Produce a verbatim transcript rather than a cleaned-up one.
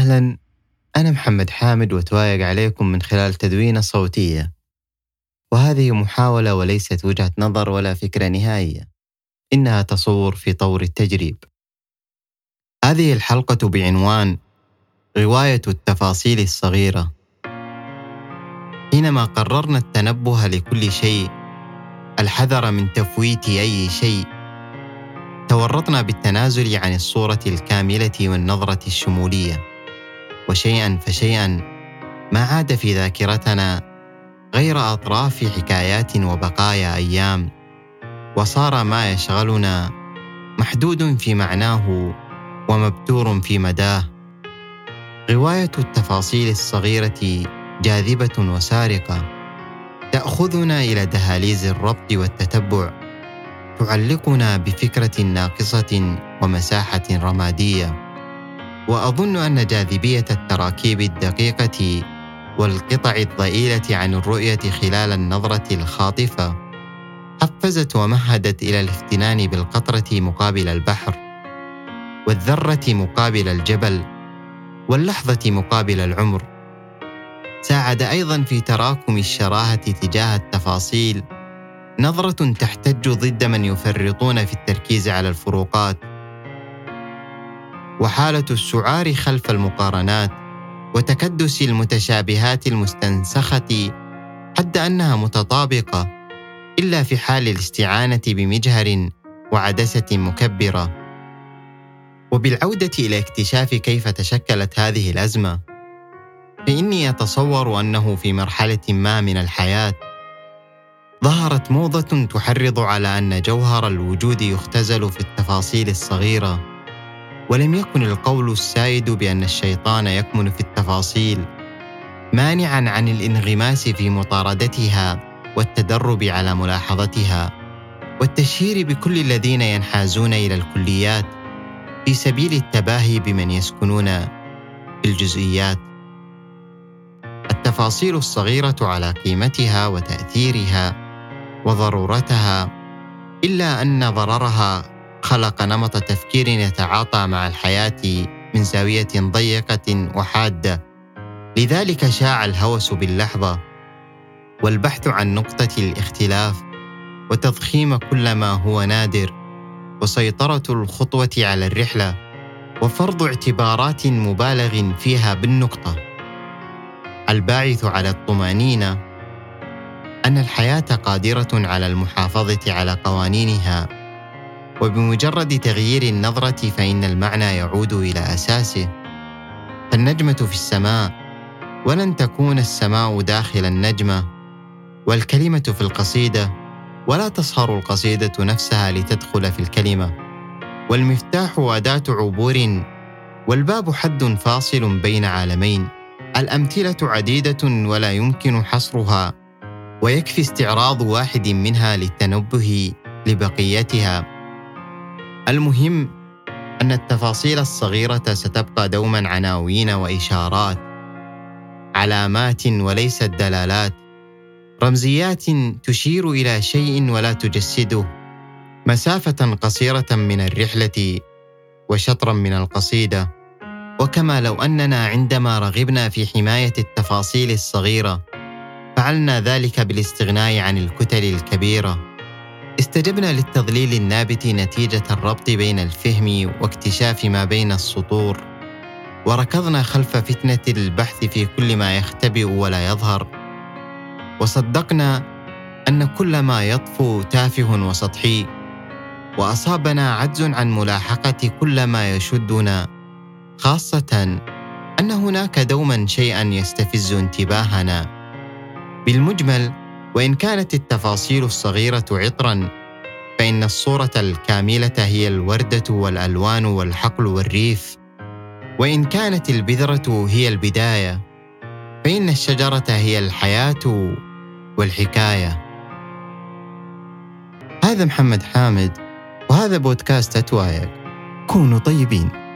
أهلاً، أنا محمد حامد وأتوايق عليكم من خلال تدوينة صوتية، وهذه محاولة وليست وجهة نظر ولا فكرة نهائية، إنها تصور في طور التجريب. هذه الحلقة بعنوان غواية التفاصيل الصغيرة. حينما قررنا التنبه لكل شيء، الحذر من تفويت أي شيء، تورطنا بالتنازل عن الصورة الكاملة والنظرة الشمولية، وشيئاً فشيئاً ما عاد في ذاكرتنا غير أطراف حكايات وبقايا أيام، وصار ما يشغلنا محدود في معناه ومبتور في مداه. غواية التفاصيل الصغيرة جاذبة وسارقة، تأخذنا إلى دهاليز الربط والتتبع، تعلقنا بفكرة ناقصة ومساحة رمادية. وأظن أن جاذبية التراكيب الدقيقة والقطع الضئيلة عن الرؤية خلال النظرة الخاطفة حفزت ومهدت إلى الافتنان بالقطرة مقابل البحر، والذرة مقابل الجبل، واللحظة مقابل العمر. ساعد أيضاً في تراكم الشراهة تجاه التفاصيل نظرة تحتج ضد من يفرطون في التركيز على الفروقات، وحالة السعار خلف المقارنات، وتكدس المتشابهات المستنسخة حتى أنها متطابقة إلا في حال الاستعانة بمجهر وعدسة مكبرة. وبالعودة إلى اكتشاف كيف تشكلت هذه الأزمة، فإني أتصور أنه في مرحلة ما من الحياة ظهرت موضة تحرض على أن جوهر الوجود يختزل في التفاصيل الصغيرة، ولم يكن القول السائد بأن الشيطان يكمن في التفاصيل مانعاً عن الانغماس في مطاردتها والتدرب على ملاحظتها، والتشهير بكل الذين ينحازون إلى الكليات في سبيل التباهي بمن يسكنون في الجزئيات. التفاصيل الصغيرة على قيمتها وتأثيرها وضرورتها، إلا أن ضررها خلق نمط تفكير يتعاطى مع الحياة من زاوية ضيقة وحادة. لذلك شاع الهوس باللحظة، والبحث عن نقطة الاختلاف، وتضخيم كل ما هو نادر، وسيطرة الخطوة على الرحلة، وفرض اعتبارات مبالغ فيها بالنقطة. الباعث على الطمأنينة أن الحياة قادرة على المحافظة على قوانينها، وبمجرد تغيير النظرة فإن المعنى يعود إلى أساسه. فالنجمة في السماء، ولن تكون السماء داخل النجمة، والكلمة في القصيدة، ولا تصهر القصيدة نفسها لتدخل في الكلمة، والمفتاح أداة عبور، والباب حد فاصل بين عالمين. الأمثلة عديدة ولا يمكن حصرها، ويكفي استعراض واحد منها للتنبه لبقيتها. المهم أن التفاصيل الصغيرة ستبقى دوما عناوين وإشارات، علامات وليست دلالات، رمزيات تشير إلى شيء ولا تجسده، مسافة قصيرة من الرحلة وشطرا من القصيدة. وكما لو أننا عندما رغبنا في حماية التفاصيل الصغيرة فعلنا ذلك بالاستغناء عن الكتل الكبيرة، استجبنا للتضليل النابت نتيجة الربط بين الفهم واكتشاف ما بين السطور، وركضنا خلف فتنة البحث في كل ما يختبئ ولا يظهر، وصدقنا أن كل ما يطفو تافه وسطحي، وأصابنا عجز عن ملاحقة كل ما يشدنا، خاصة أن هناك دوما شيئا يستفز انتباهنا. بالمجمل، وإن كانت التفاصيل الصغيرة عطرا، فإن الصورة الكاملة هي الوردة والألوان والحقل والريف. وإن كانت البذرة هي البداية، فإن الشجرة هي الحياة والحكاية. هذا محمد حامد، وهذا بودكاست أتوايق. كونوا طيبين.